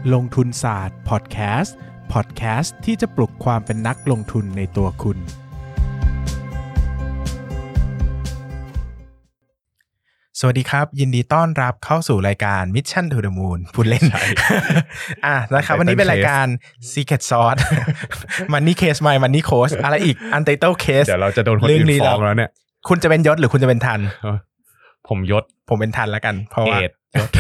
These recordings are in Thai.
ลงทุนศาสตร์พอดแคสต์ที่จะปลุกความเป็นนักลงทุนในตัวคุณสวัสดีครับยินดีต้อนรับเข้าสู่รายการ Mission to the Moon พูดเล่น นะครับวันนี้เป็นรายการ Secret Sauce Money Case My Money Coach อะไรอีก Untitled Case เดี๋ยวเราจะโดนคนอื่นฟ้องแล้วเนี่ยคุณจะเป็นยศหรือคุณจะเป็นทันผมยศผมเป็นทันแล้วกันเพราะว่ายศ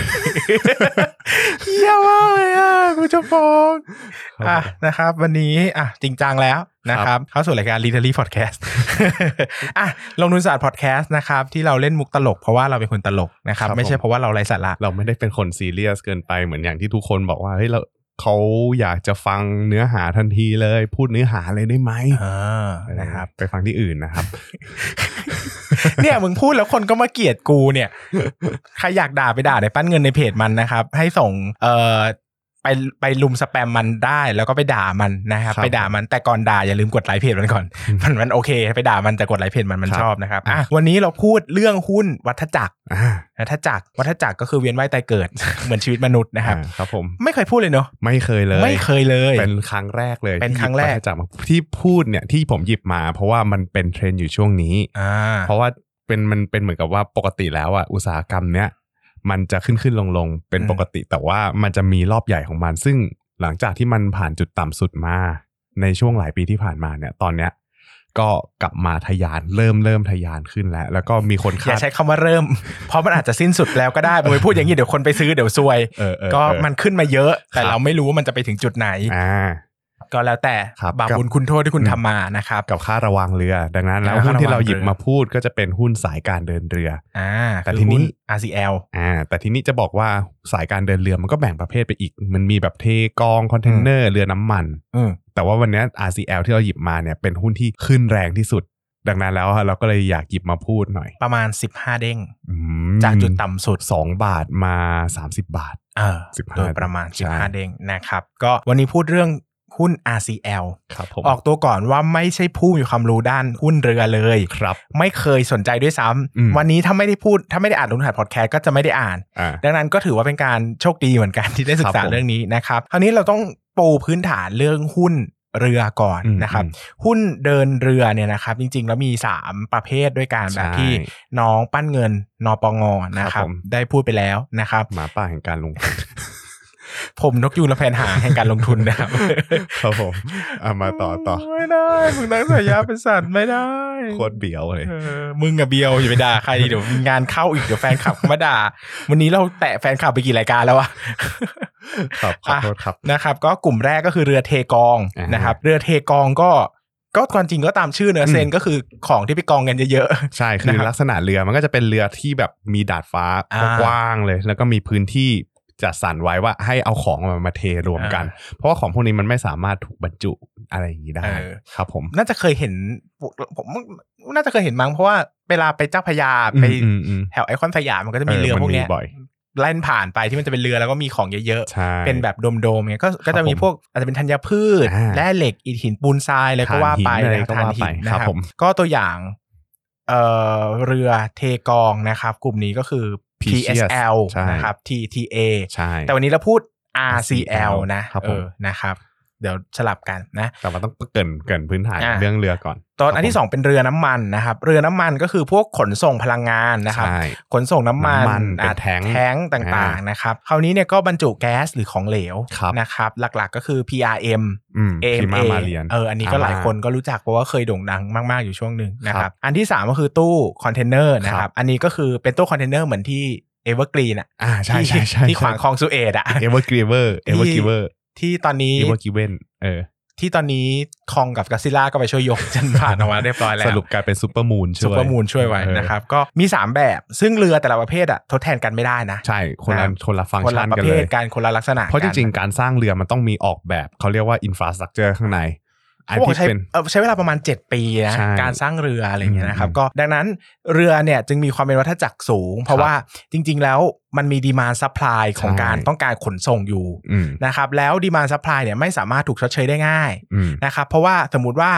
เหี้ยมากเลยกูจะฟ้องนะครับวันนี้จริงจังแล้วนะครับเข้าสู่รายการ Literary Podcast ลงทุนศาสตร์ Podcast นะครับที่เราเล่นมุกตลกเพราะว่าเราเป็นคนตลกนะครับไม่ใช่เพราะว่าเราไร้สาระเราไม่ได้เป็นคนซีเรียสเกินไปเหมือนอย่างที่ทุกคนบอกว่าเฮ้ยเขาอยากจะฟังเนื้อหาทันทีเลยพูดเนื้อหาเลยได้ไหมนะครับไปฟังที่อื่นนะครับเนี่ยมึงพูดแล้วคนก็มาเกลียดกูเนี่ยใครอยากด่าไปด่าในปั้นเงินในเพจมันนะครับให้ส่งไปลุมสแปมมันได้แล้วก็ไปด่ามันนะครับไปด่ามันแต่ก่อนด่าอย่าลืมกดไลค์เพจมันก่อนมันโอเคไปด่ามันแต่กดไลค์เพจมันชอบนะครับวันนี้เราพูดเรื่องหุ้นวัฏจักรวัฏจักรก็คือเวียนว่ายตายเกิด เหมือนชีวิตมนุษย์นะครับครับผมไม่เคยพูดเลยเนาะไม่เคยเลยเป็นครั้งแรกเลยเป็นครั้งแรกที่พูดเนี่ยที่ผมหยิบมาเพราะว่ามันเป็นเทรนด์อยู่ช่วงนี้เพราะว่ามันเป็นเหมือนกับว่าปกติแล้วอุตสาหกรรมเนี้ยมันจะขึ้นลงเป็นปกติแต่ว่ามันจะมีรอบใหญ่ของมันซึ่งหลังจากที่มันผ่านจุดต่ำสุดมาในช่วงหลายปีที่ผ่านมาเนี่ยตอนเนี้ยก็กลับมาทะยานเริ่มทะยานขึ้นแล้วก็มีคนคาดอย่าใช้คำว่าเริ่มเพราะมันอาจจะสิ้นสุดแล้วก็ได้ไปพูดอย่างนี้เดี๋ยวคนไปซื้อเดี๋ยวซวยก็มันขึ้นมาเยอะแต่เราไม่รู้ว่ามันจะไปถึงจุดไหนก็แล้วแต่บาปบุญคุณโทษที่คุณทำมานะครับกับค่าระวังเรือดังนั้นแล้วหุ้นที่เราหยิบมาพูดก็จะเป็นหุ้นสายการเดินเรือแต่ทีนี้ RCL แต่ทีนี้จะบอกว่าสายการเดินเรือมันก็แบ่งประเภทไปอีกมันมีแบบเทกองคอนเทนเนอร์เรือน้ำมันแต่ว่าวันนี้ RCL ที่เราหยิบมาเนี่ยเป็นหุ้นที่ขึ้นแรงที่สุดดังนั้นแล้วเราก็เลยอยากหยิบมาพูดหน่อยประมาณ15เด้งจากจุดต่ำสุด 2 บาทมา30 บาทโดยประมาณ15เด้งนะครับก็วันนี้พูดเรื่องหุ้น RCL ออกตัวก่อนว่าไม่ใช่ผู้มีความรู้ด้านหุ้นเรือเลยไม่เคยสนใจด้วยซ้ำวันนี้ถ้าไม่ได้อ่านลงทุนศาสตร์พอดแคสต์ก็จะไม่ได้อ่านดังนั้นก็ถือว่าเป็นการโชคดีเหมือนกันที่ได้ศึกษาเรื่องนี้นะครับคราวนี้เราต้องปูพื้นฐานเรื่องหุ้นเรือก่อนนะครับหุ้นเดินเรือเนี่ยนะครับจริงๆแล้วมี3ประเภทด้วยกันแบบที่น้องปั้นเงินนปงนะครับได้พูดไปแล้วนะครับหมาป่าแห่งการลงทุนผมนกยูงและแผนหางแห่งการลงทุนนะครับครับผมมาต่อไม่ได้มึงตั้งฉายาเป็นสัตว์ไม่ได้โคตรเบียวเลยมึงอะเบียวอย่าไปด่าใครเดี๋ยวงานเข้าอีกเดี๋ยวแฟนคลับมาด่าวันนี้เราแตะแฟนคลับไปกี่รายการแล้ววะครับขอโทษครับนะครับก็กลุ่มแรกก็คือเรือเทกองนะครับเรือเทกองก็ความจริงก็ตามชื่อเนื้อเซนก็คือของที่ไปกองกันเยอะๆใช่คือลักษณะเรือมันก็จะเป็นเรือที่แบบมีดาดฟ้ากว้างเลยแล้วก็มีพื้นที่จัดสรรไว้ว่าให้เอาของมาเทรวมกันเพราะว่าของพวกนี้มันไม่สามารถถูกบรรจุอะไรอย่างนี้ได้ครับผมน่าจะเคยเห็นผมน่าจะเคยเห็นมั้งเพราะว่าเวลาไปเจ้าพระยาไปแถวไอคอนสยามมันก็จะมีเรือพวกนี้เล่นผ่านไปที่มันจะเป็นเรือแล้วก็มีของเยอะๆเป็นแบบโดมๆเนี่ยก็จะมีพวกอาจจะเป็นธัญพืชแร่เหล็กอิฐหินปูนทรายอะไรก็ว่าไปถ่านหินนะครับก็ตัวอย่างเรือเทกองนะครับกลุ่มนี้ก็คือPSL นะครับ TTA แต่วันนี้เราพูด RCL นะครับเดี๋ยวสลับกันนะแต่ว่าต้องเกินพื้นฐานเรื่องเรือก่อนตอนอันที่2เป็นเรือน้ำมันนะครับเรือน้ำมันก็คือพวกขนส่งพลังงานนะครับขนส่งน้ำมันแท้งต่างๆนะครับคราวนี้เนี่ยก็บรรจุแก๊สหรือของเหลวนะครับหลักๆก็คือ PRM AMA อันนี้ก็หลายคนก็รู้จักเพราะว่าเคยโด่งดังมากๆอยู่ช่วงนึงนะครับอันที่3ก็คือตู้คอนเทนเนอร์นะครับอันนี้ก็คือเป็นตู้คอนเทนเนอร์เหมือนที่Evergreen ใช่ที่ขวางคลองสุเอต Evergreen ที่ตอนนี้ Evergreen ที่ตอนนี้คองกับกัสซิลล่าก็ไปช่วยยกจนผ่านออกมาเรียบร้อยแล้วสรุปกลายเป็นซูเปอร์มูนช่วยไว้นะครับก็มี3แบบซึ่งเรือแต่ละประเภททดแทนกันไม่ได้นะใช่คนละฟังก์ชันกันเลยคนละลักษณะเพราะจริงๆการสร้างเรือมันต้องมีออกแบบเขาเรียกว่าอินฟราสตรัคเจอร์ข้างในใช้เวลาประมาณ7 ปีนะการสร้างเรืออะไรอย่างเงี้ยนะครับก็ดังนั้นเรือเนี่ยจึงมีความเป็นวัฏจักรสูงเพราะว่าจริงๆแล้วมันมีดีมานด์ซัพพลายของการต้องการขนส่งอยู่นะครับแล้วดีมานด์ซัพพลายเนี่ยไม่สามารถถูกชดเชยได้ง่ายนะครับเพราะว่าสมมุติว่า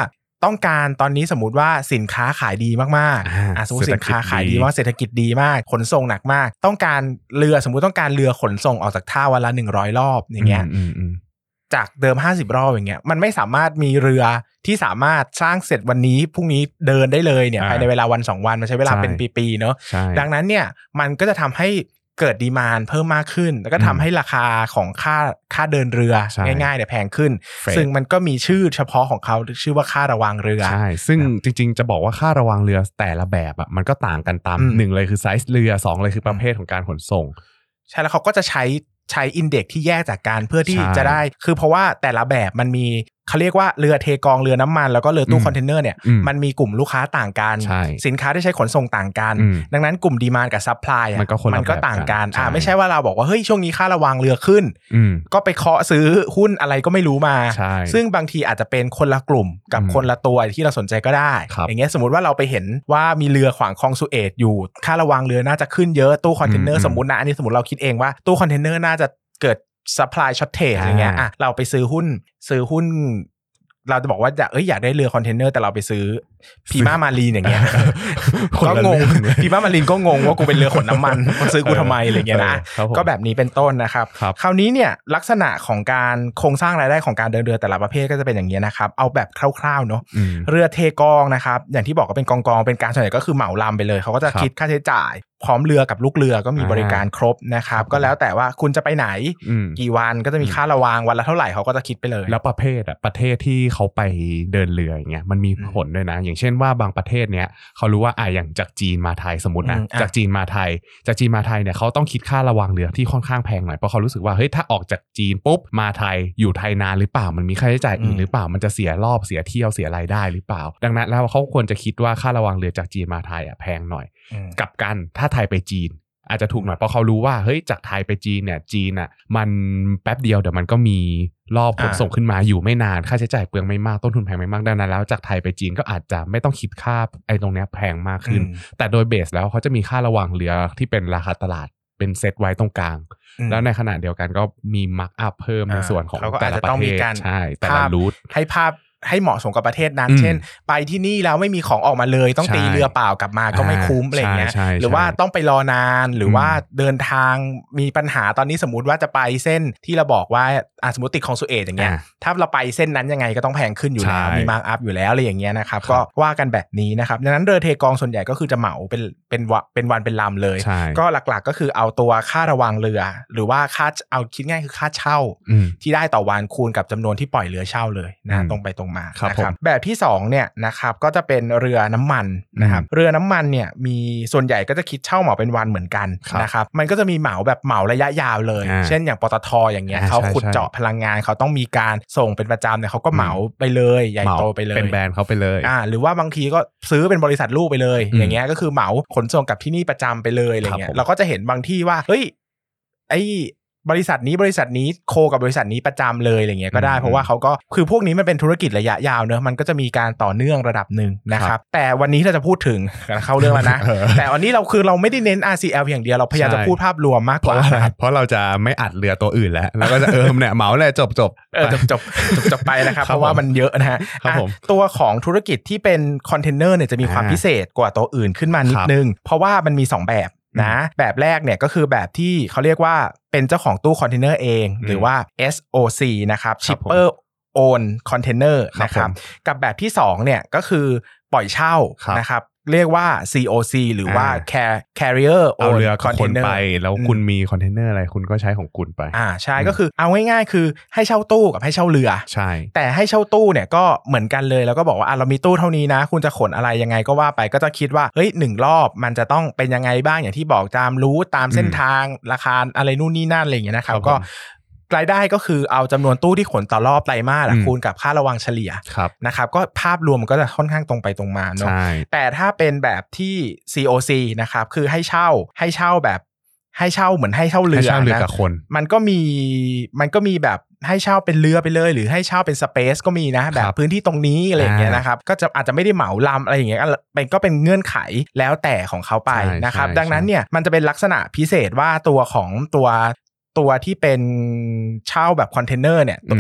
ต้องการตอนนี้สมมุติว่าสินค้าขายดีมากๆสมมุติสินค้าขายดีมากเศรษฐกิจดีมากขนส่งหนักมากต้องการเรือสมมุติต้องการเรือขนส่งออกจากท่าวันละ100รอบอย่างเงี้ยจากเดิม50รอบอย่างเงี้ยมันไม่สามารถมีเรือที่สามารถสร้างเสร็จวันนี้พรุ่งนี้เดินได้เลยเนี่ยภายในเวลาวัน2วันมันใช้เวลาเป็นปีๆเนาะดังนั้นเนี่ยมันก็จะทำให้เกิดดีมานด์เพิ่มมากขึ้นแล้วก็ทำให้ราคาของค่าเดินเรือง่ายๆเนี่ยแพงขึ้นซึ่งมันก็มีชื่อเฉพาะของเขาชื่อว่าค่าระวางเรือใช่ซึ่งจริงๆจะบอกว่าค่าระวางเรือแต่ละแบบอ่ะมันก็ต่างกันตาม1เลยคือไซส์เรือ2เลยคือประเภทของการขนส่งใช่แล้วเขาก็จะใช้อินเด็กซ์ที่แยกจากกันเพื่อที่จะได้คือเพราะว่าแต่ละแบบมันมีเขาเรียกว่าเรือเทกองเรือน้ำมันแล้วก็เรือตู้คอนเทนเนอร์เนี่ยมันมีกลุ่มลูกค้าต่างกันสินค้าที่ใช้ขนส่งต่างกันดังนั้นกลุ่มดีมานด์กับซัพพลายมันก็ต่างกันไม่ใช่ว่าเราบอกว่าเฮ้ยช่วงนี้ค่าระวางเรือขึ้นก็ไปเคาะซื้อหุ้นอะไรก็ไม่รู้มาซึ่งบางทีอาจจะเป็นคนละกลุ่มกับคนละตัวที่เราสนใจก็ได้อย่างเงี้ยสมมติว่าเราไปเห็นว่ามีเรือขวางคลองสุเอตอยู่ค่าระวางเรือน่าจะขึ้นเยอะตู้คอนเทนเนอร์สมมตินะอันนี้สมมติเราคิดเองว่าตู้คอนเทนเนอร์น่าจะเกิดsupply shortage อย่างเงี้ยเราไปซื้อหุ้นเราจะบอกว่าอยากได้เรือคอนเทนเนอร์แต่เราไปซื้อพีม่ามารีนอย่างเงี้ยก็งงพีม่ามารีนก็งงว่ากูเป็นเรือขนน้ำมันมาซื้อกูทำไมอะไรเงี้ยนะก็แบบนี้เป็นต้นนะครับคราวนี้เนี่ยลักษณะของการโครงสร้างรายได้ของการเดินเรือแต่ละประเภทก็จะเป็นอย่างเงี้ยนะครับเอาแบบคร่าวๆเนาะเรือเทกองนะครับอย่างที่บอกก็เป็นกองเป็นการส่วนใหญ่ก็คือเหมาลำไปเลยเขาก็จะคิดค่าใช้จ่ายพร้อมเรือกับลูกเรือก็มีบริการครบนะครับก็แล้วแต่ว่าคุณจะไปไหนกี่วันก็จะมีค่าระวางวันละเท่าไหร่เขาก็จะคิดไปเลยแล้วประเทศที่เขาไปเดินเรืออย่างเงี้ยมันมีผลด้วยนะอย่างเช่นว่าบางประเทศเนี้ยเขารู้ว่าอย่างจากจีนมาไทยสมมตินะจากจีนมาไทยเนี่ยเขาต้องคิดค่าระวางเรือที่ค่อนข้างแพงหน่อยเพราะเขารู้สึกว่าเฮ้ยถ้าออกจากจีนปุ๊บมาไทยอยู่ไทยนานหรือเปล่ามันมีค่าใช้จ่ายอื่นหรือเปล่ามันจะเสียรอบเสียเที่ยวเสียรายได้หรือเปล่าดังนั้นแล้วเขาควรจะคิดว่าค่าระวางเรือจากจีนมาไทยแพงหน่อยกับกันถ้าไทยไปจีนอาจจะถูกหน่อยเพราะเขารู้ว่าเฮ้ยจากไทยไปจีนเนี่ยจีนมันแป๊บเดียวเดี๋ยวมันก็มีรอบขนส่งขึ้นมาอยู่ไม่นานค่าใช้จ่ายเปลืองไม่มากต้นทุนแพงไม่มากดังนั้นแล้วจากไทยไปจีนก็อาจจะไม่ต้องคิดค่าตรงนี้แพงมากขึ้นแต่โดยเบสแล้วเขาจะมีค่าระวางเรือที่เป็นราคาตลาดเป็นเซตไว้ตรงกลางแล้วในขณะเดียวกันก็มีมาร์กอัพเพิ่มในส่วนของแต่ละประเทศใช่แต่ละรูทให้ภาพให้เหมาะสมกับประเทศนั้นเช่นไปที่นี่แล้วไม่มีของออกมาเลยต้องตีเรือเปล่ากลับมาก็ไม่คุ้มอะไรเงี้ยหรือว่าต้องไปรอนานหรือว่าเดินทางมีปัญหาตอนนี้สมมุติว่าจะไปเส้นที่เราบอกว่าสมมติติดคลองสุเอตอย่างเงี้ยถ้าเราไปเส้นนั้นยังไงก็ต้องแพงขึ้นอยู่แล้วมีมาร์กอัพอยู่แล้วอะไรอย่างเงี้ยนะครับก็ว่ากันแบบนี้นะครับดังนั้นเรือเทกองส่วนใหญ่ก็คือจะเหมาเป็นวันเป็นลำเลยก็หลักๆก็คือเอาตัวค่าระวางเรือหรือว่าค่าเอาคิดง่ายคือค่าเช่าที่ได้ต่อวันคูณกับจำนวนที่ปล่อยเรือเช่าเลยนะตรงไปตรงมานะครับแบบที่2เนี่ยนะครับก็จะเป็นเรือน้ำมันนะครับเรือน้ำมันเนี่ยมีส่วนใหญ่ก็จะคิดเช่าเหมาเป็นวันเหมือนกันนะครับมันก็จะมีเหมาแบบเหมาระยะยาวเลยเช่นอย่างปตท.อย่างเงี้ยเขาขุดเจาะพลังงานเขาต้องมีการส่งเป็นประจำเนี่ยเขาก็เหมาไปเลยใหญ่โตไปเลยเป็นแบรนด์เขาไปเลยหรือว่าบางทีก็ซื้อเป็นบริษัทลูกไปเลยอย่างเงี้ยก็คือเหมาขนส่งกับที่นี่ประจำไปเลยอะไรเงี้ยเราก็จะเห็นบางที่ว่าเฮ้ยไอบริษัทนี้โคกับบริษัทนี้ประจำเลยอะไรเงี้ยก็ได้เพราะว่าเขาก็คือพวกนี้มันเป็นธุรกิจระยะยาวเนอะมันก็จะมีการต่อเนื่องระดับหนึ่งนะครับแต่วันนี้เราจะพูดถึงเข้าเรื่องแล้วนะ แต่วันนี้เราไม่ได้เน้น RCL อย่างเดียวเราพยายามจะพูดภาพรวมมากกว่าเพราะเราจะไม่อัดเรือตัวอื่นแล้วเราก็จะเนี่ยเหมาเลยจบไปนะครับเพราะว่ามันเยอะนะฮะตัวของธุรกิจที่เป็นคอนเทนเนอร์เนี่ยจะมีความพิเศษกว่าตัวอื่นขึ้นมานิดนึงเพราะว่ามันมี2แบบนะแบบแรกเนี่ยก็คือแบบที่เขาเรียกว่าเป็นเจ้าของตู้คอนเทนเนอร์เองหรือว่า SOC นะครับ Shipper Own Container นะครับกับแบบที่2เนี่ยก็คือปล่อยเช่านะครับเรียกว่า COC หรือว่า Carrier Own Container ไปแล้วคุณมีคอนเทนเนอร์อะไรคุณก็ใช้ของคุณไปใช่ก็คือเอาง่ายๆคือให้เช่าตู้กับให้เช่าเรือใช่แต่ให้เช่าตู้เนี่ยก็เหมือนกันเลยแล้วก็บอกว่าเรามีตู้เท่านี้นะคุณจะขนอะไรยังไงก็ว่าไปก็จะคิดว่าเฮ้ย1รอบมันจะต้องเป็นยังไงบ้างอย่างที่บอกตามรู้ตามเส้นทางราคาอะไรนู่นนี่นั่นอะไรอย่างเงี้ยนะครับก็รายได้ก็คือเอาจำนวนตู้ที่ขนต่อรอบไตรมาสคูณกับค่าระวางเฉลี่ยนะครับก็ภาพรวมมันก็จะค่อนข้างตรงไปตรงมาเนาะแต่ถ้าเป็นแบบที่ COC นะครับคือให้เช่าแบบให้เช่าเหมือนให้เช่าเรือนะมันก็มีแบบให้เช่าเป็นเรือไปเลยหรือให้เช่าเป็นสเปซก็มีนะแบบพื้นที่ตรงนี้อะไรอย่างเงี้ยนะครับก็จะอาจจะไม่ได้เหมาลำอะไรอย่างเงี้ยก็เป็นเงื่อนไขแล้วแต่ของเขาไปนะครับดังนั้นเนี่ยมันจะเป็นลักษณะพิเศษว่าตัวของตัวที่เป็นเช่าแบบคอนเทนเนอร์เนี่ย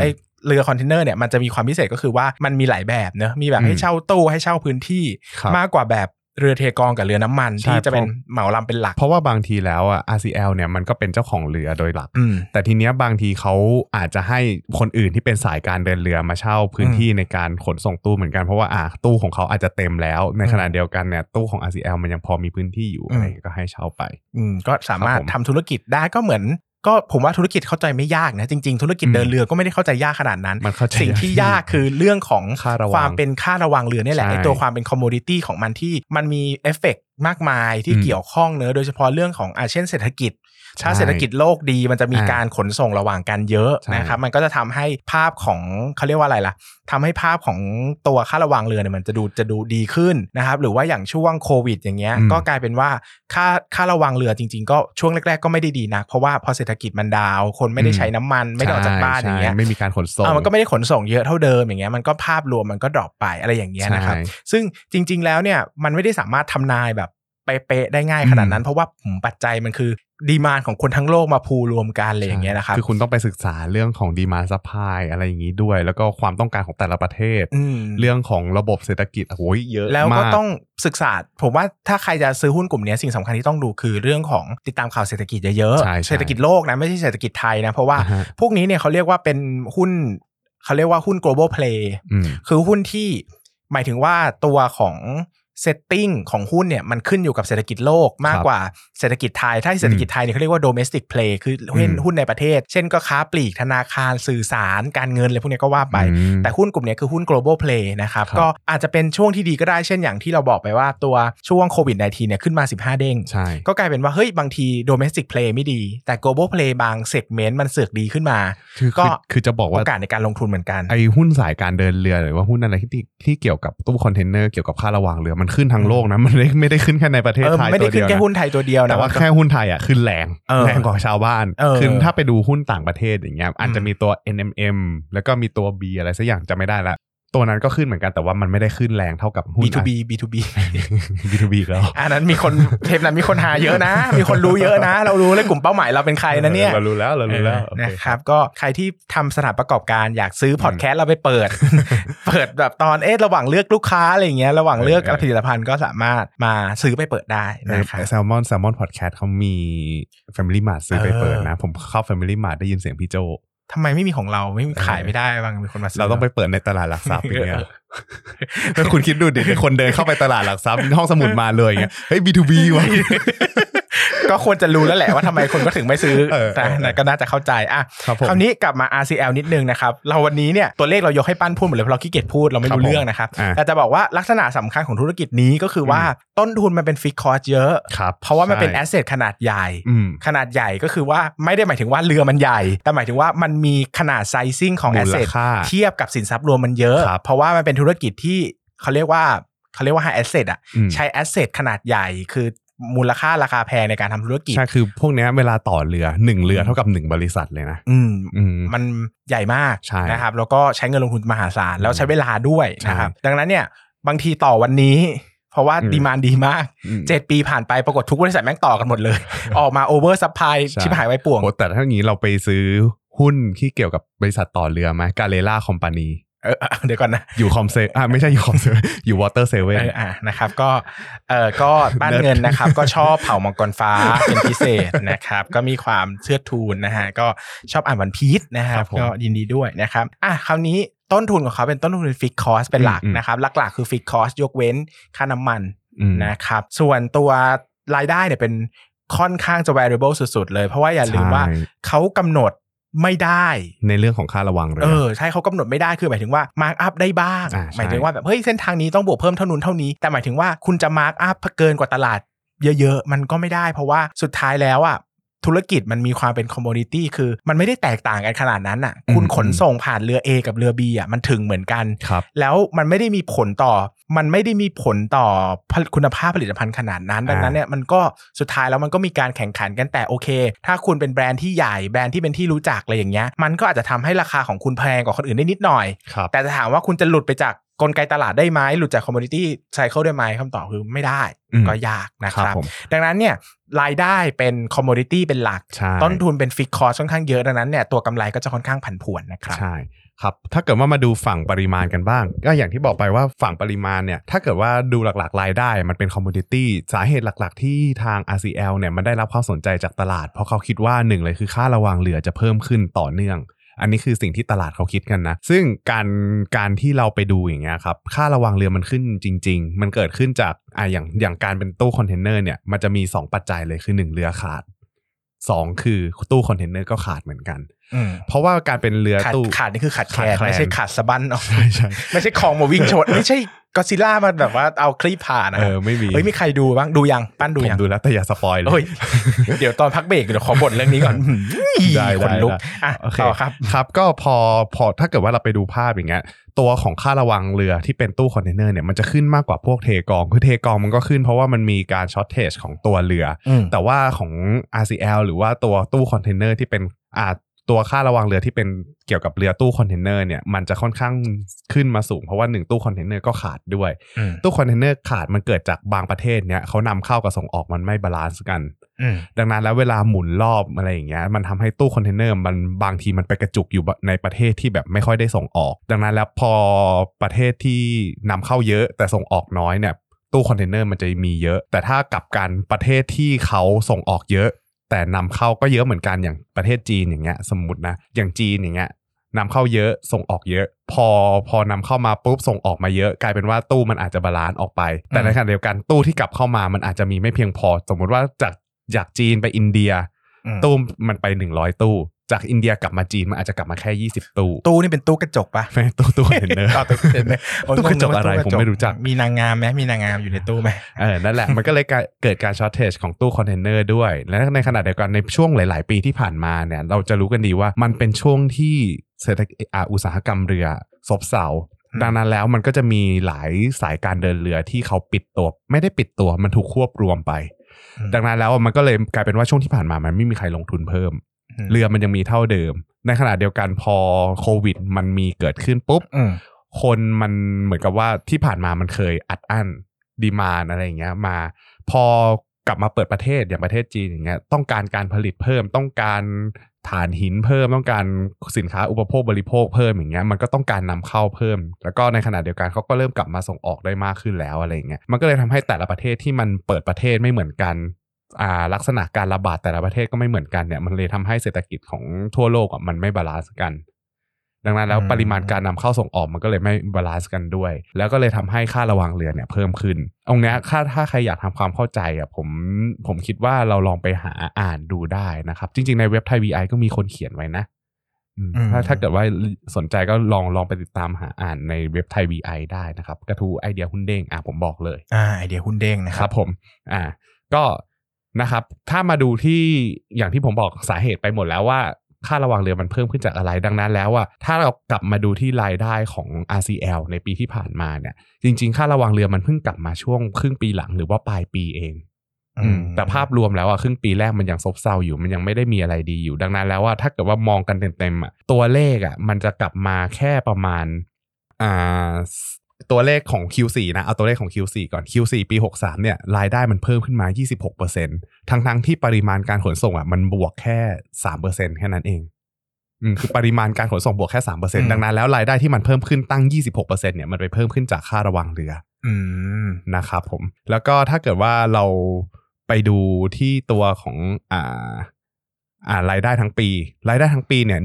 เรือคอนเทนเนอร์เนี่ยมันจะมีความพิเศษก็คือว่ามันมีหลายแบบเนอะมีแบบให้เช่าตู้ให้เช่าพื้นที่มากกว่าแบบเรือเทกองกับเรือน้ำมันที่จะเป็นเหมาลำเป็นหลักเพราะว่าบางทีแล้วอ่ะ RCL เนี่ยมันก็เป็นเจ้าของเรือโดยหลักแต่ทีเนี้ยบางทีเขาอาจจะให้คนอื่นที่เป็นสายการเดินเรือมาเช่าพื้นที่ในการขนส่งตู้เหมือนกันเพราะว่าตู้ของเขาอาจจะเต็มแล้วในขณะเดียวกันเนี่ยตู้ของ RCL มันยังพอมีพื้นที่อยู่อะไรก็ให้เช่าไปก็สามารถทำธุรกิจได้ก็เหมือนก็ผมว่าธุรกิจเข้าใจไม่ยากนะจริงๆธุรกิจเดินเรือก็ไม่ได้เข้าใจยากขนาดนั้นสิ่งที่ยากคือเรื่องของความเป็นค่าระวังเรือนี่แหละไอ้ตัวความเป็นคอมโมดิตี้ของมันที่มันมีเอฟเฟกต์มากมายที่เกี่ยวข้องเนอะโดยเฉพาะเรื่องของเช่นเศรษฐกิจถ้าเศรษฐกิจโลกดีมันจะมีการขนส่งระหว่างกันเยอะนะครับมันก็จะทำให้ภาพของเขาเรียกว่าอะไรล่ะทำให้ภาพของตัวค่าระวังเรือเนี่ยมันจะดูดีขึ้นนะครับหรือว่าอย่างช่วงโควิดอย่างเงี้ยก็กลายเป็นว่าค่าระวังเรือจริงๆก็ช่วงแรกๆก็ไม่ได้ดีนักเพราะว่าพอเศรษฐกิจมันดาวคนไม่ได้ใช้น้ำมันไม่ได้ออกจากบ้านอย่างเงี้ยไม่มีการขนส่งมันก็ไม่ได้ขนส่งเยอะเท่าเดิมอย่างเงี้ยมันก็ภาพรวมมันก็ดรอปไปอะไรอย่างเงี้ยนะครับซึ่งจริงๆแล้วเนี่ยมันไม่ได้สามารถทำนายแบบเป๊ะๆได้ง่ายขนาดนั้นเพราะว่าปัจจัยมันคือดีมานด์ของคนทั้งโลกมาพูรวมกันอะไรอย่างเงี้ยนะครับคือคุณต้องไปศึกษาเรื่องของดีมานด์ซัพพลายอะไรอย่างงี้ด้วยแล้วก็ความต้องการของแต่ละประเทศเรื่องของระบบเศรษฐกิจโอ้ยเยอะมากแล้วก็ต้องศึกษาผมว่าถ้าใครจะซื้อหุ้นกลุ่มนี้สิ่งสำคัญที่ต้องดูคือเรื่องของติดตามข่าวเศรษฐกิจเยอะๆเศรษฐกิจโลกนะไม่ใช่เศรษฐกิจไทยนะเพราะว่าพวกนี้เนี่ยเขาเรียกว่าเป็นหุ้นเขาเรียกว่าหุ้น global play คือหุ้นที่หมายถึงว่าตัวของเซตติ้งของหุ้นเนี่ยมันขึ้นอยู่กับเศรษฐกิจโลกมากกว่าเศรษฐกิจไทยถ้าเศรษฐกิจไทยเนี่ยเขาเรียกว่า domestic play คือหุ้นในประเทศเช่นก็ค้าปลีกธนาคารสื่อสารการเงินอะไรพวกนี้ก็ว่าไปแต่หุ้นกลุ่มนี้คือหุ้น global play นะครับก็อาจจะเป็นช่วงที่ดีก็ได้เช่นอย่างที่เราบอกไปว่าตัวช่วงโควิด -19 เนี่ยขึ้นมา15เด้งก็กลายเป็นว่าเฮ้ยบางที domestic play ไม่ดีแต่ global play บาง segment มันเสือกดีขึ้นมาก็คือจะบอกว่าโอกาสในการลงทุนเหมือนกันไอ้หุ้นสายการเดินเรือหรือว่าหุ้นอะไรที่เกี่ยวกับตู้คอนเทนเนอร์เกี่ยวกับค่าระวางเรือมันขึ้นทั้งโลกนะมันไม่ได้ขึ้นแค่ในประเทศไทยไม่ได้ขึ้นแค่หุ้นไทยตัวเดียวนะแต่ว่าแค่หุ้นไทยอ่ะขึ้นแรงกว่าชาวบ้านคือถ้าไปดูหุ้นต่างประเทศอย่างเงี้ยอาจจะมีตัว NMM แล้วก็มีตัว B อะไรสักอย่างจะไม่ได้ละตัวนั้นก็ขึ้นเหมือนกันแต่ว่ามันไม่ได้ขึ้นแรงเท่ากับหุ้น B2B แล้วอันนั้นมีคนเทปนั้นมีคนหาเยอะนะมีคนรู้เยอะนะเรารู้เลยกลุ่มเป้าหมายเราเป็นใครนะเนี่ยเรารู้แล้วนะครับก็ใครที่ทำสถานประกอบการอยากซื้อพอดแคสต์เราไปเปิดแบบตอนระหว่างเลือกลูกค้าอะไรอย่างเงี้ยระหว่างเลือกผลิตภัณฑ์ก็สามารถมาซื้อไปเปิดได้นะครับแซลมอนพอดแคสต์เขามี Family Mart ซื้อไปเปิดนะผมเข้า Family Mart ได้ยินเสียงพี่โจทำไมไม่มีของเราไม่ขายไม่ได้บ้างมีคนมาซื้อเราต้องไปเปิดในตลาดหลักทรัพย์อย่างเงี้ยแล้วคุณคิดดูดิคนเดินเข้าไปตลาดหลักทรัพย์ห้องสมุดมาเลยอย่างเงี้ยเฮ้ย B2B วะก็ควรจะรู้แล้วแหละว่าทำไมคนก็ถึงไม่ซื้อแต่ก็น่าจะเข้าใจอ่ะคราวนี้กลับมา RCL นิดนึงนะครับเราวันนี้เนี่ยตัวเลขเรายกให้ปั้นพูดหมดเลยเพราะเราขี้เกียจพูดเราไม่รู้เรื่องนะครับแต่จะบอกว่าลักษณะสำคัญของธุรกิจนี้ก็คือว่าต้นทุนมันเป็นฟิกคอสเยอะเพราะว่ามันเป็นแอสเซทขนาดใหญ่ก็คือว่าไม่ได้หมายถึงว่าเรือมันใหญ่แต่หมายถึงว่ามันมีขนาดไซซิ่งของแอสเซทเทียบกับสินทรัพย์รวมมันเยอะเพราะว่ามันเป็นธุรกิจที่เขาเรียกว่า high asset อ่ะใช้ asset ขนาดใหญ่คือมูลค่าราคาแพงในการทำธุรกิจใช่คือพวกนี้เวลาต่อเรือ1เรือเท่ากับ1บริษัทเลยนะมันใหญ่มากนะครับแล้วก็ใช้เงินลงทุนมหาศาลแล้วใช้เวลาด้วยนะครับดังนั้นเนี่ยบางทีต่อวันนี้เพราะว่าดีมานด์ดีมาก7ปีผ่านไปปรากฏทุกบริษัทแม่งต่อกันหมดเลยออกมาโอเวอร์ซัพพลายชิบหายไว้ป่วงแต่ถ้าอย่างนี้เราไปซื้อหุ้นที่เกี่ยวกับบริษัทต่อเรือไหมกาเลล่าคอมพานีเดี๋ยวก่อนนะอยู่คอมเซไม่ใช่อยู่คอมเซอยู่วอเตอร์เซเว่นนะครับก็บ้านเงินนะครับก็ชอบเผ่ามังกรฟ้าเป็นพิเศษนะครับก็มีความเชื่อทูนนะฮะก็ชอบอ่านวันพีชนะครับก็ยินดีด้วยนะครับคราวนี้ต้นทุนของเขาเป็นต้นทุนฟิกคอสเป็นหลักนะครับหลักๆคือฟิกคอสยกเว้นค่าน้ำมันนะครับส่วนตัวรายได้เนี่ยเป็นค่อนข้างจะ variable สุดๆเลยเพราะว่าอย่าลืมว่าเขากำหนดไม่ได้ในเรื่องของค่าระวังเลยใช่เขากำหนดไม่ได้คือหมายถึงว่ามาร์กอัพได้บ้างหมายถึงว่าแบบเฮ้ยเส้นทางนี้ต้องบวกเพิ่มเท่านู้นเท่านี้แต่หมายถึงว่าคุณจะมาร์กอัพเกินกว่าตลาดเยอะๆมันก็ไม่ได้เพราะว่าสุดท้ายแล้วอ่ะธุรกิจมันมีความเป็นคอมโมดิตี้คือมันไม่ได้แตกต่างกันขนาดนั้นอ่ะคุณขนส่งผ่านเรือ A กับเรือ B อ่ะมันถึงเหมือนกันแล้วมันไม่ได้มีผลต่อคุณภาพผลิตภัณฑ์ขนาดนั้นดังนั้นเนี่ยมันก็สุดท้ายแล้วมันก็มีการแข่งขันกันแต่โอเคถ้าคุณเป็นแบรนด์ที่ใหญ่แบรนด์ที่เป็นที่รู้จักอะไรอย่างเงี้ยมันก็อาจจะทำให้ราคาของคุณแพงกว่าคนอื่นได้นิดหน่อยแต่จะถามว่าคุณจะหลุดไปจากกลไกตลาดได้ไหมหลุดจากคอมโมดิตี้ไซเคิลได้ไหมคำตอบคือไม่ได้ก็ยากนะครับดังนั้นเนี่ยรายได้เป็นคอมโมดิตี้เป็นหลักต้นทุนเป็นฟิกคอสค่อนข้างเยอะดังนั้นเนี่ยตัวกำไรก็จะค่อนข้างผันผวนนะครับใช่ครับถ้าเกิดว่ามาดูฝั่งปริมาณกันบ้างก็อย่างที่บอกไปว่าฝั่งปริมาณเนี่ยถ้าเกิดว่าดูหลักๆรายได้มันเป็นคอมมูนิตี้สาเหตุหลักๆที่ทาง RCL เนี่ยมันได้รับความสนใจจากตลาดเพราะเขาคิดว่าหนึ่งเลยคือค่าระวางเรือจะเพิ่มขึ้นต่อเนื่องอันนี้คือสิ่งที่ตลาดเขาคิดกันนะซึ่งการที่เราไปดูอย่างเงี้ยครับค่าระวางเรือมันขึ้นจริงๆมันเกิดขึ้นจากอย่างการเป็นตู้คอนเทนเนอร์เนี่ยมันจะมี2ปัจจัยเลยคือ1เรือขาด2คือตู้คอนเทนเนอร์ก็ขาดเหมือนกันเพราะว่าการเป็นเรือตู้ขาดนี่คือขาดแคลนไม่ใช่ขาดสะบั้นออกใช่ไม่ใช่ของมาวิ่งชนไม่ใช่ก็ซิล่ามาแบบว่าเอาคลิปผ่านนะไม่มีมีใครดูบ้างดูยังปั้นดูยังผมดูแล้วแต่อย่าสปอยเลยเดี๋ยวตอนพักเบรกเดี๋ยวขอบ่นเรื่องนี้ก่อนได้คนลุกต่อครับก็พอถ้าเกิดว่าเราไปดูภาพอย่างเงี้ยตัวของค่าระวังเรือที่เป็นตู้คอนเทนเนอร์เนี่ยมันจะขึ้นมากกว่าพวกเทกองคือเทกองมันก็ขึ้นเพราะว่ามันมีการช็อตเทจของตัวเรือแต่ว่าของ RCL หรือว่าตัวตู้คอนเทนเนอร์ที่เป็นตัวค่าระวังเรือที่เป็นเกี่ยวกับเรือตู้คอนเทนเนอร์เนี่ยมันจะค่อนข้างขึ้นมาสูงเพราะว่า1ตู้คอนเทนเนอร์ก็ขาดด้วยตู้คอนเทนเนอร์ขาดมันเกิดจากบางประเทศเนี่ยเขานำเข้ากับส่งออกมันไม่บาลานซ์กันดังนั้นแล้วเวลาหมุนรอบอะไรอย่างเงี้ยมันทำให้ตู้คอนเทนเนอร์มันบางทีมันไปกระจุกอยู่ในประเทศที่แบบไม่ค่อยได้ส่งออกดังนั้นแล้วพอประเทศที่นำเข้าเยอะแต่ส่งออกน้อยเนี่ยตู้คอนเทนเนอร์มันจะมีเยอะแต่ถ้ากลับกันประเทศที่เขาส่งออกเยอะแต่นำเข้าก็เยอะเหมือนกันอย่างประเทศจีนอย่างเงี้ยสมมุตินะอย่างจีนอย่างเงี้ยนำเข้าเยอะส่งออกเยอะพอนำเข้ามาปุ๊บส่งออกมาเยอะกลายเป็นว่าตู้มันอาจจะบาลานซ์ออกไปแต่ในขณะเดียวกันตู้ที่กลับเข้ามามันอาจจะมีไม่เพียงพอสมมุติว่าจากจีนไปอินเดียตู้มันไป100ตู้จากอินเดียกลับมาจีนมันอาจจะกลับมาแค่20ตู้นี่เป็นตู้กระจกปะไม่ตู้เห็นเนอะตู้กระจกอะไรผมไม่รู้จักมีนางงามไหมมีนางงามอยู่ในตู้ไหมนั่นแหละมันก็เลยเกิดการช็อตเทจของตู้คอนเทนเนอร์ด้วยและในขณะเดียวกันในช่วงหลายๆปีที่ผ่านมาเนี่ยเราจะรู้กันดีว่ามันเป็นช่วงที่เศรษฐกิจอุตสาหกรรมเรือซบเซาดังนั้นแล้วมันก็จะมีหลายสายการเดินเรือที่เขาปิดตัวไม่ได้ปิดตัวมันถูกควบรวมไปดังนั้นแล้วมันก็เลยกลายเป็นว่าช่วงที่ผ่านมามันไม่มีใครลงทุนเพิ่มเรือมันยังมีเท่าเดิมในขณะเดียวกันพอโควิดมันมีเกิดขึ้นปุ๊บคนมันเหมือนกับว่าที่ผ่านมามันเคยอัดอั้นดีมานด์อะไรอย่างเงี้ยมาพอกลับมาเปิดประเทศอย่างประเทศจีนอย่างเงี้ยต้องการผลิตเพิ่มต้องการถ่านหินเพิ่มต้องการสินค้าอุปโภคบริโภคเพิ่มอย่างเงี้ยมันก็ต้องการนำเข้าเพิ่มแล้วก็ในขณะเดียวกันเขาก็เริ่มกลับมาส่งออกได้มากขึ้นแล้วอะไรอย่างเงี้ยมันก็เลยทำให้แต่ละประเทศที่มันเปิดประเทศไม่เหมือนกันลักษณะการระบาดแต่ละประเทศก็ไม่เหมือนกันเนี่ยมันเลยทำให้เศรษฐกิจของทั่วโลกมันไม่บาลานซ์กันดังนั้นแล้วปริมาณการนำเข้าส่งออกมันก็เลยไม่บาลานซ์กันด้วยแล้วก็เลยทำให้ค่าระวางเรือเนี่ยเพิ่มขึ้นองค์นี้ถ้าใครอยากทำความเข้าใจผมคิดว่าเราลองไปหาอ่านดูได้นะครับจริงๆในเว็บไทย VI ก็มีคนเขียนไว้นะถ้าเกิดว่าสนใจก็ลองไปติดตามหาอ่านในเว็บไทย VI ได้นะครับกระทู้ไอเดียหุ้นเด้งผมบอกเลยไอเดียหุ้นเด้งนะครับผมก็นะครับถ้ามาดูที่อย่างที่ผมบอกสาเหตุไปหมดแล้วว่าค่าระวางเรือมันเพิ่มขึ้นจากอะไรดังนั้นแล้วถ้าเรากลับมาดูที่รายได้ของ RCL ในปีที่ผ่านมาเนี่ยจริงๆค่าระวางเรือมันเพิ่งกลับมาช่วงครึ่งปีหลังหรือว่าปลายปีเองแต่ภาพรวมแล้วครึ่งปีแรกมันยังซบเซาอยู่มันยังไม่ได้มีอะไรดีอยู่ดังนั้นแล้วถ้าเกิดว่ามองกันเต็มๆตัวเลขมันจะกลับมาแค่ประมาณตัวเลขของ Q4 นะเอาตัวเลขของ Q4 ก่อน Q4 ปี63เนี่ยรายได้มันเพิ่มขึ้นมา 26% ทั้งที่ปริมาณการขนส่งมันบวกแค่ 3% แค่นั้นเองคือปริมาณการขนส่งบวกแค่ 3% ดังนั้นแล้วรายได้ที่มันเพิ่มขึ้นตั้ง 26% เนี่ยมันไปเพิ่มขึ้นจากค่าระวางเรือนะครับผมแล้วก็ถ้าเกิดว่าเราไปดูที่ตัวของรายได้ทั้งปีเนี่ย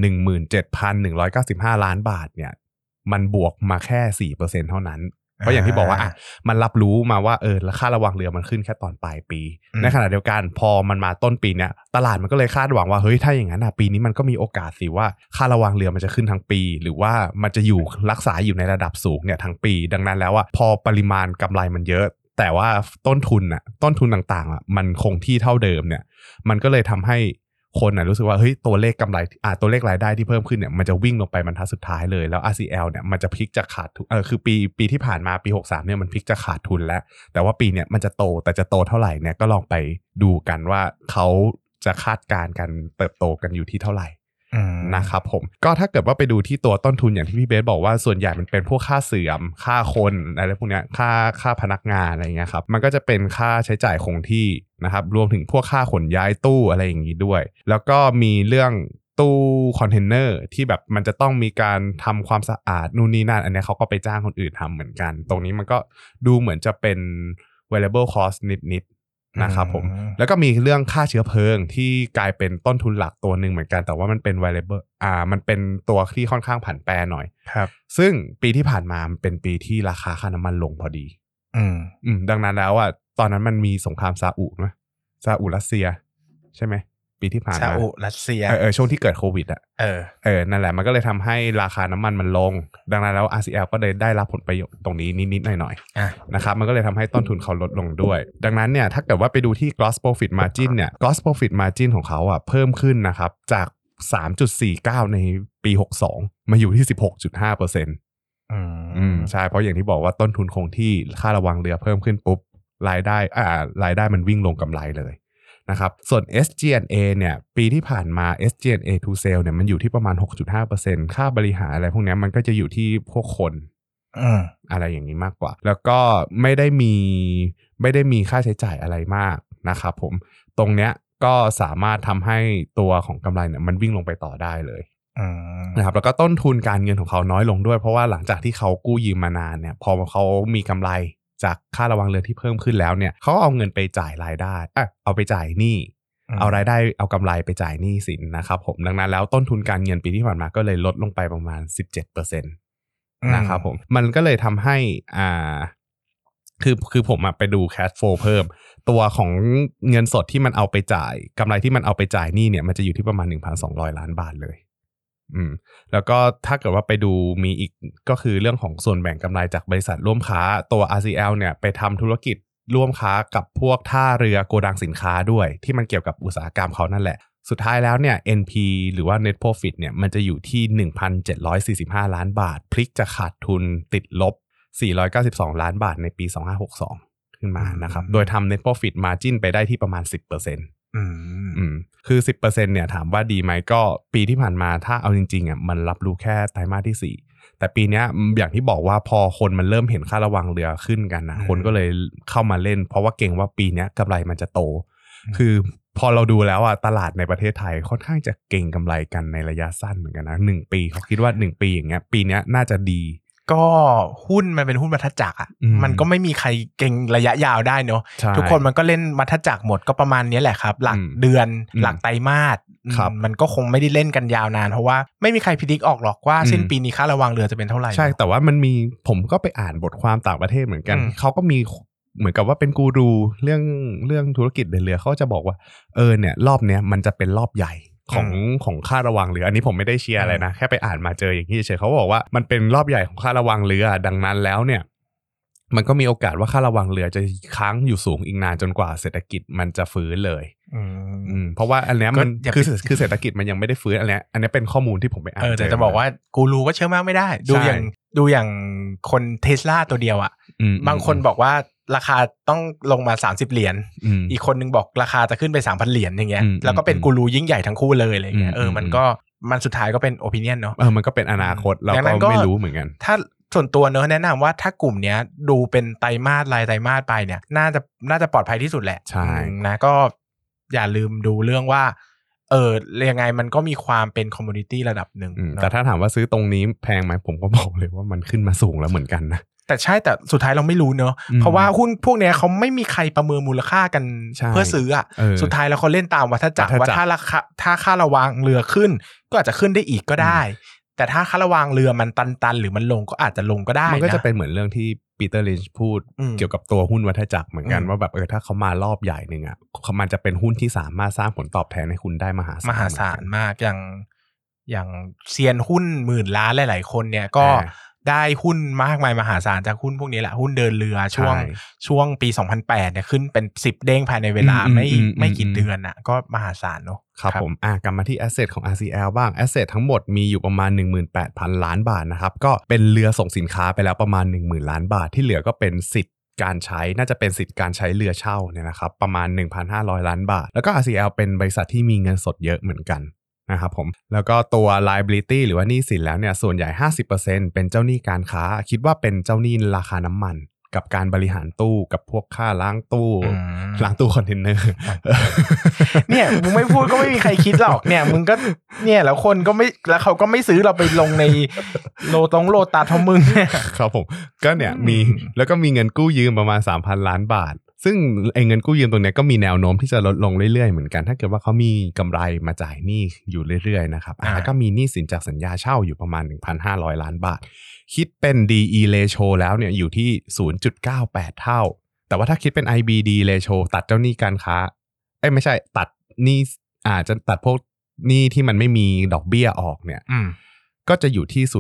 17,195 ล้านบาทเนี่ยมันบวกมาแค่ 4% เท่านั้นเพราะอย่างที่บอกว่ามันรับรู้มาว่าค่าระวางเรือมันขึ้นแค่ตอนปลายปีในขณะเดียวกันพอมันมาต้นปีเนี้ยตลาดมันก็เลยคาดหวังว่าเฮ้ยถ้าอย่างนั้นปีนี้มันก็มีโอกาสสิว่าค่าระวางเรือมันจะขึ้นทั้งปีหรือว่ามันจะอยู่รักษาอยู่ในระดับสูงเนี่ยทั้งปีดังนั้นแล้วพอปริมาณกำไรมันเยอะแต่ว่าต้นทุนต่างๆมันคงที่เท่าเดิมเนี่ยมันก็เลยทำให้คนรู้สึกว่าเฮ้ยตัวเลขกำไรตัวเลขรายได้ที่เพิ่มขึ้นเนี่ยมันจะวิ่งลงไปบรรทัดสุดท้ายเลยแล้ว RCL เนี่ยมันจะพลิกจากขาดทุนคือปีที่ผ่านมาปี63เนี่ยมันพลิกจากขาดทุนแล้วแต่ว่าปีเนี่ยมันจะโตแต่จะโตเท่าไหร่เนี่ยก็ลองไปดูกันว่าเขาจะคาดการณ์กันเติบโตกันอยู่ที่เท่าไหร่นะครับผมก็ถ้าเกิดว่าไปดูที่ตัวต้นทุนอย่างที่พี่เบสบอกว่าส่วนใหญ่มันเป็นพวกค่าเสื่อมค่าคนอะไรพวกเนี้ยค่าพนักงานอะไรเงี้ยครับมันก็จะเป็นค่าใช้จ่ายคงที่นะครับรวมถึงพวกค่าขนย้ายตู้อะไรอย่างนี้ด้วยแล้วก็มีเรื่องตู้คอนเทนเนอร์ที่แบบมันจะต้องมีการทำความสะอาดนู่นนี่นั่นอันนี้เขาก็ไปจ้างคนอื่นทำเหมือนกันตรงนี้มันก็ดูเหมือนจะเป็น variable cost นิดๆนะครับผมแล้วก็มีเรื่องค่าเชื้อเพลิงที่กลายเป็นต้นทุนหลักตัวหนึ่งเหมือนกันแต่ว่ามันเป็น variable มันเป็นตัวที่ค่อนข้างผันแปรหน่อยครับซึ่งปีที่ผ่านมามันเป็นปีที่ราคาค่าน้ำมันลงพอดีดังนั้นแล้วตอนนั้นมันมีสงครามซาอุรัสเซียใช่ไหมปีที่ผ่านมาซาอุรัสเซียช่วงที่เกิดโควิดนั่นแหละมันก็เลยทำให้ราคาน้ำมันลงดังนั้นแล้ว RCL ก็เลยได้รับผลประโยชน์ตรงนี้นิดๆหน่อยๆนะครับมันก็เลยทำให้ต้นทุนเขาลดลงด้วยดังนั้นเนี่ยถ้าเกิดว่าไปดูที่ gross profit margin เนี่ย gross profit margin ของเขาเพิ่มขึ้นนะครับจาก 3.49 ในปี62มาอยู่ที่ 16.5% ใช่เพราะอย่างที่บอกว่าต้นทุนคงที่ค่าระวังเรือเพิ่มขึ้นปุ๊บรายได้มันวิ่งลงกำไรเลยนะครับส่วน SG&A เนี่ยปีที่ผ่านมา SG&A to sale เนี่ยมันอยู่ที่ประมาณ 6.5% ค่าบริหารอะไรพวกนี้มันก็จะอยู่ที่พวกคนอะไรอย่างนี้มากกว่าแล้วก็ไม่ได้มีค่าใช้จ่ายอะไรมากนะครับผมตรงเนี้ยก็สามารถทำให้ตัวของกำไรเนี่ยมันวิ่งลงไปต่อได้เลยนะครับแล้วก็ต้นทุนการเงินของเขาน้อยลงด้วยเพราะว่าหลังจากที่เขากู้ยืมมานานเนี่ยพอเขามีกำไรจากค่าระวังเรือที่เพิ่มขึ้นแล้วเนี่ยเขาเอาเงินไปจ่ายรายได้เอาไปจ่ายหนี้เอารายได้เอากำไรไปจ่ายหนี้สินนะครับผมดังนั้นแล้วต้นทุนการเงินปีที่ผ่านมาก็เลยลดลงไปประมาณ 17% นะครับผมมันก็เลยทำให้คือผมไปดู cash flow เพิ่มตัวของเงินสดที่มันเอาไปจ่ายกำไรที่มันเอาไปจ่ายหนี้เนี่ยมันจะอยู่ที่ประมาณ 1,200 ล้านบาทเลยแล้วก็ถ้าเกิดว่าไปดูมีอีกก็คือเรื่องของส่วนแบ่งกำไรจากบริษัทร่วมค้าตัว RCL เนี่ยไปทำธุรกิจร่วมค้ากับพวกท่าเรือโกดังสินค้าด้วยที่มันเกี่ยวกับอุตสาหกรรมเขานั่นแหละสุดท้ายแล้วเนี่ย NP หรือว่า Net Profit เนี่ยมันจะอยู่ที่ 1,745 ล้านบาทพลิกจะขาดทุนติดลบ492ล้านบาทในปี2562ขึ้นมานะครับโดยทำ Net Profit Margin ไปได้ที่ประมาณ 10%คือ 10% เนี่ยถามว่าดีไหมก็ปีที่ผ่านมาถ้าเอาจริงๆมันรับรู้แค่ไตรมาสที่4แต่ปีนี้อย่างที่บอกว่าพอคนมันเริ่มเห็นค่าระวังเรือขึ้นกันนะคนก็เลยเข้ามาเล่นเพราะว่าเก่งว่าปีนี้กำไรมันจะโตคือพอเราดูแล้วตลาดในประเทศไทยค่อนข้างจะเก่งกำไรกันในระยะสั้นเหมือนกันนะ1ปีเขาคิดว่า1ปีอย่างเงี้ยปีนี้น่าจะดีก็หุ้นมันเป็นหุ้นวัฏจักรมันก็ไม่มีใครเก่งระยะยาวได้เนอะทุกคนมันก็เล่นวัฏจักรหมดก็ประมาณนี้แหละครับหลักเดือนหลักไตรมาสมันก็คงไม่ได้เล่นกันยาวนานเพราะว่าไม่มีใครพิจิตรออกหรอกว่าสิ้นปีนี้ค่าระวังเรือจะเป็นเท่าไหร่ใช่แต่ว่ามันมีผมก็ไปอ่านบทความต่างประเทศเหมือนกันเขาก็มีเหมือนกับว่าเป็นกูรูเรื่องธุรกิจเดินเรือเขาจะบอกว่าเนี่ยรอบเนี้ยมันจะเป็นรอบใหญ่ของค่าระวังเรืออันนี้ผมไม่ได้เชียร์อะไรนะแค่ไปอ่านมาเจออย่างที่เฉยเขาบอกว่ามันเป็นรอบใหญ่ของค่าระวังเรือดังนั้นแล้วเนี่ยมันก็มีโอกาสว่าค่าระวังเรือจะค้างอยู่สูงอีกนานจนกว่าเศรษฐกิจมันจะฟื้นเลยเพราะว่าอันนี้มันคือเศรษฐกิจมันยังไม่ได้ฟื้นอันนี้เป็นข้อมูลที่ผมไปอ่านแต่จะบอกว่ากูรูก็เชื่อมากไม่ได้ดูอย่างคน Tesla ตัวเดียวบางคนบอกว่าราคาต้องลงมา30เหรียญอีกคนนึงบอกราคาจะขึ้นไป 3,000 เหรียญอย่างเงี้ยแล้วก็เป็นกูรูยิ่งใหญ่ทั้งคู่เลยอะไรเงี้ยมันสุดท้ายก็เป็น opinion เนาะมันก็เป็นอนาคตเราก็ไม่รู้เหมือนกันถ้าส่วนตัวเนอะแนะนำว่าถ้ากลุ่มเนี้ยดูเป็นไตรมาสรายไตรมาสไปเนี่ยน่าจะปลอดภัยที่สุดแหละใช่นะก็อย่าลืมดูเรื่องว่ายังไงมันก็มีความเป็นคอมมูนิตี้ระดับหนึ่งแต่ถ้าถามว่าซื้อตรงนี้แพงไหมผมก็บอกเลยว่ามันขึ้นมาสูงแล้วเหมือนกันนะแต่สุดท้ายเราไม่รู้เนอะเพราะว่าหุ้นพวกนี้เขาไม่มีใครประเมินมูลค่ากันเพื่อซื้อสุดท้ายแล้วเขาเล่นตามวัฏจักรว่าถ้าค่าระวังเรือขึ้นก็อาจจะขึ้นได้อีกก็ได้แต่ถ้าค่าระวังเรือมันตันหรือมันลงก็อาจจะลงก็ได้มันก็จะเป็นเหมือนเรื่องที่ปีเตอร์ลินช์พูดเกี่ยวกับตัวหุ้นวัฏจักรเหมือนกันว่าแบบถ้าเขามารอบใหญ่นึงมันจะเป็นหุ้นที่สามารถสร้างผลตอบแทนให้คุณได้มหาศาลมากอย่างเซียนหุ้นหมื่นล้านหลายๆคนเนี่ยก็ได้หุ้นมากมายมหาศาลจากหุ้นพวกนี้แหละหุ้นเดินเรือช่วงปี2008เนี่ยขึ้นเป็น10เด้งภายในเวลาไม่กี่เดือนน่ะก็มหาศาลเนาะครับผมกลับมาที่ asset ของ RCL บ้าง asset ทั้งหมดมีอยู่ประมาณ 18,000 ล้านบาทนะครับก็เป็นเรือส่งสินค้าไปแล้วประมาณ 10,000 ล้านบาทที่เหลือก็เป็นสิทธิ์การใช้น่าจะเป็นสิทธิ์การใช้เรือเช่าเนี่ยนะครับประมาณ 1,500 ล้านบาทแล้วก็ RCL เป็นบริษัทที่มีเงินสดเยอะเหมือนกันนะครับผมแล้วก็ตัว liability หรือว่าหนี้สินแล้วเนี่ยส่วนใหญ่ 50% เป็นเจ้าหนี้การค้าคิดว่าเป็นเจ้าหนี้ราคาน้ำมันกับการบริหารตู้กับพวกค่าล้างตู้คอนเทนเนอร์เนี่ยมึงไม่พูดก็ไม่มีใครคิดหรอกเนี่ยมึงก็เนี่ยแล้วคนก็ไม่แล้วเขาก็ไม่ซื้อเราไปลงในโลตัสเท่ามึงครับผมก็เนี่ยมีแล้วก็มีเงินกู้ยืมประมาณ 3,000 ล้านบาทซึ่งไอ้เงินกู้ยืมตรงนี้ก็มีแนวโน้มที่จะลดลงเรื่อยๆเหมือนกันถ้าเกิดว่าเขามีกำไรมาจ่ายหนี้อยู่เรื่อยๆนะครับแล้วก็มีหนี้สินจากสัญญาเช่าอยู่ประมาณ 1,500 ล้านบาทคิดเป็น DE ratio แล้วเนี่ยอยู่ที่ 0.98 เท่าแต่ว่าถ้าคิดเป็น IBD ratio ตัดเจ้าหนี้การค้าไม่ใช่ตัดหนี้จะตัดพวกหนี้ที่มันไม่มีดอกเบี้ยออกเนี่ยก็จะอยู่ที่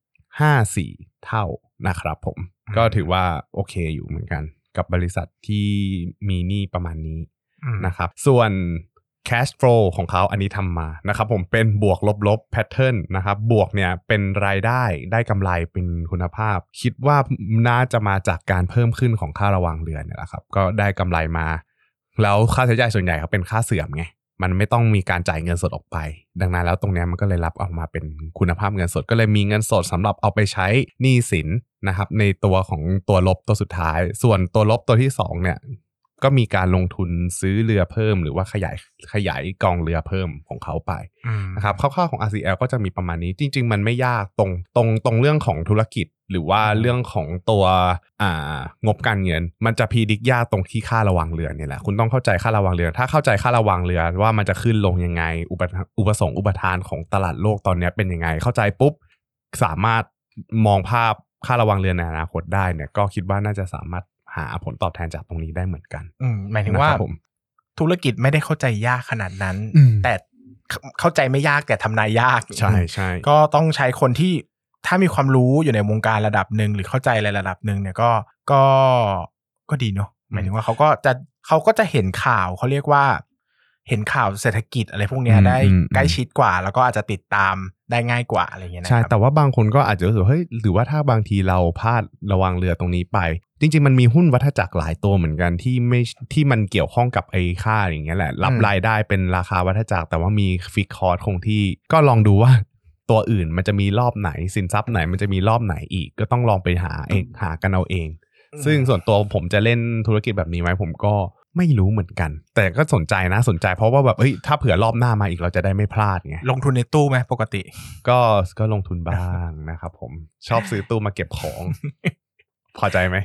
0.54 เท่านะครับผมก็ถือว่าโอเคอยู่เหมือนกันกับบริษัทที่มีหนี้ประมาณนี้นะครับส่วน cash flow ของเขาอันนี้ทำมานะครับผมเป็นบวกลบ pattern นะครับบวกเนี่ยเป็นรายได้กำไรเป็นคุณภาพคิดว่าน่าจะมาจากการเพิ่มขึ้นของค่าระวางเรือเนี่ยแหละครับก็ได้กำไรมาแล้วค่าใช้จ่ายส่วนใหญ่เขาเป็นค่าเสื่อมไงมันไม่ต้องมีการจ่ายเงินสดออกไปดังนั้นแล้วตรงนี้มันก็เลยรับออกมาเป็นคุณภาพเงินสดก็เลยมีเงินสดสำหรับเอาไปใช้หนี้สินนะครับในตัวของตัวลบตัวสุดท้ายส่วนตัวลบตัวที่2เนี่ยก็มีการลงทุนซื้อเรือเพิ่มหรือว่าขยายกองเรือเพิ่มของเขาไปนะครับคร่าวๆของ RCL ก็จะมีประมาณนี้จริงๆมันไม่ยากตรงเรื่องของธุรกิจหรือว่าเรื่องของตัวงบการเงินมันจะพิจิตรยากตรงที่ค่าระวางเรือเนี่ยแหละคุณต้องเข้าใจค่าระวางเรือถ้าเข้าใจค่าระวางเรือว่ามันจะขึ้นลงยังไงอุปสงค์อุปทานของตลาดโลกตอนนี้เป็นยังไงเข้าใจปุ๊บสามารถมองภาพค่าระวางเรือในอนาคตได้เนี่ยก็คิดว่าน่าจะสามารถหาผลตอบแทนจากตรงนี้ได้เหมือนกันหมายถึงว่าธุรกิจไม่ได้เข้าใจยากขนาดนั้นแต่เข้าใจไม่ยากแต่ทำนายยากใช่ใช่ก็ต้องใช้คนที่ถ้ามีความรู้อยู่ในวงการระดับหนึ่งหรือเข้าใจระดับหนึ่งเนี่ยก็ดีเนาะหมายถึงว่าเขาก็จะเห็นข่าวเขาเรียกว่าเห็นข่าวเศรษฐกิจอะไรพวกนี้ได้ใกล้ชิดกว่าแล้วก็อาจจะติดตามได้ง่ายกว่าอะไรอย่างเงี้ยนะใช่แต่ว่าบางคนก็อาจจะรู้สึกเฮ้ยหรือว่าถ้าบางทีเราพลาดระวังเรือตรงนี้ไปจริงๆมันมีหุ้นวัฏจักรหลายตัวเหมือนกันที่มันเกี่ยวข้องกับไอ้ค่าอย่างเงี้ยแหละรับรายได้เป็นราคาวัฏจักรแต่ว่ามีฟิกคอร์สคงที่ก็ลองดูว่าตัวอื่นมันจะมีรอบไหนสินทรัพย์ไหนมันจะมีรอบไหนอีกก็ต้องลองไปหากันเอาเองซึ่งส่วนตัวผมจะเล่นธุรกิจแบบนี้ไหมผมก็ไม่รู้เหมือนกันแต่ก็สนใจเพราะว่าแบบถ้าเผื่อรอบหน้ามาอีกเราจะได้ไม่พลาดไงลงทุนในตู้ไหมปกติก็ลงทุนบ้างนะครับผมชอบซื้อตู้มาเก็บของ พอใจไหม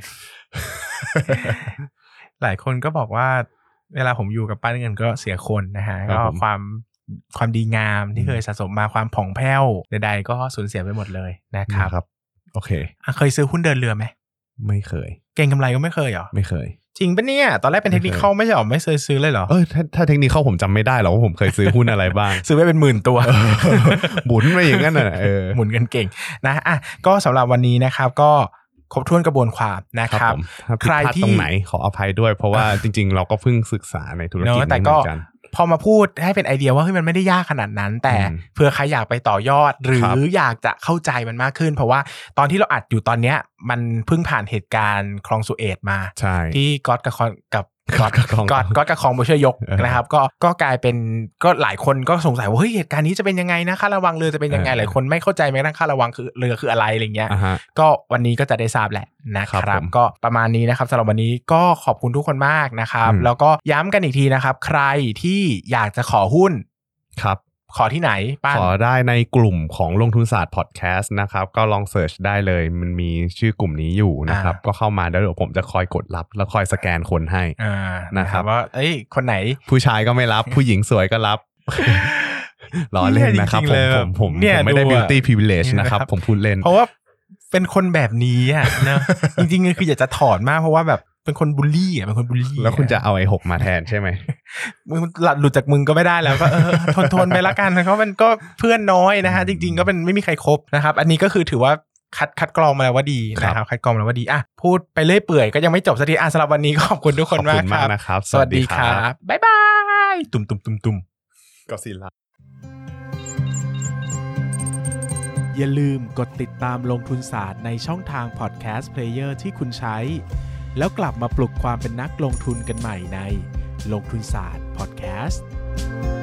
หลายคนก็บอกว่าเวลาผมอยู่กับป้าเงินก็เสียคนนะฮะก็ความดีงามที่เคยสะสมมาความผ่องแผ้วใดๆก็สูญเสียไปหมดเลยนะครับโอเคเคยซื้อหุ้นเดินเรือไหมไม่เคยเก่งกำไรก็ไม่เคยเหรอไม่เคยจริงปะเนี่ยตอนแรกเป็นเทคนิคเข้าไม่ใช่หรอไม่เคยซื้อเลยเหรอถ้าเทคนิคเข้าผมจำไม่ได้หรอกว่าผมเคยซื้อหุ้นอะไรบ้างซื้อไปเป็นหมื่นตัวหมุนไปอย่างนั้นหมุนกันเก่งนะก็สำหรับวันนี้นะครับก็ครบถ้วนกระบวนความนะครับใครที่ตรงไหนขออภัยด้วยเพราะว่าจริงๆเราก็เพิ่งศึกษาในธุรกิจนี้เหมือนกันพอมาพูดให้เป็นไอเดียว่ามันไม่ได้ยากขนาดนั้นแต่เผื่อใครอยากไปต่อยอดหรืออยากจะเข้าใจมันมากขึ้นเพราะว่าตอนที่เราอัดอยู่ตอนเนี้ยมันเพิ่งผ่านเหตุการณ์คลองสุเอซมาที่ก๊อตกับก๊อตกับคลองบูเชอร์ยกนะครับก็กลายเป็นก็หลายคนก็สงสัยว่าเฮ้ยเหตุการณ์นี้จะเป็นยังไงนะค่าระวังเรือจะเป็นยังไงหลายคนไม่เข้าใจแม้กระทั่งค่าระวังคือเรือคืออะไรอะไรเงี้ยก็วันนี้ก็จะได้ทราบแหละนะครับก็ประมาณนี้นะครับสำหรับวันนี้ก็ขอบคุณทุกคนมากนะครับแล้วก็ย้ำกันอีกทีนะครับใครที่อยากจะขอหุ้นครับขอที่ไหนขอได้ในกลุ่มของลงทุนศาสตร์พอดแคสต์นะครับก็ลองเสิร์ชได้เลยมันมีชื่อกลุ่มนี้อยู่นะครับก็เข้ามาแล้วเดี๋ยวผมจะคอยกดรับแล้วคอยสแกนคนให้นะครับว่าคนไหนผู้ชายก็ไม่รับผู้หญิงสวยก็รับล้อเล่นนะครับผมไม่ได้ beauty privilege นะครับผมพูดเล่นเพราะว่าเป็นคนแบบนี้อ่ะนะจริงๆคืออยากจะถอนมากเพราะว่าแบบเป็นคนบูลลี่เป็นคนบูลลี่แล้วคุณจะเอาไอ้6มาแทนใช่ไหมมึงหลุดจากมึงก็ไม่ได้แล้วก็ทนไปละกันเพราะมันก็เพื่อนน้อยนะฮะจริงๆก็เป็นไม่มีใครครบนะครับอันนี้ก็คือถือว่าคัดกรองมาแล้วว่าดีนะครับคัดกรองมาแล้วว่าดีพูดไปเรื่อยเปื่อยก็ยังไม่จบสักทีสำหรับวันนี้ขอบคุณทุกคนมากครับสวัสดีครับบ๊ายบายตุ่มก็สิละอย่าลืมกดติดตามลงทุนศาสตร์ในช่องทางพอดแคสต์เพลเยอร์ที่คุณใช้แล้วกลับมาปลุกความเป็นนักลงทุนกันใหม่ในลงทุนศาสตร์พอดแคสต์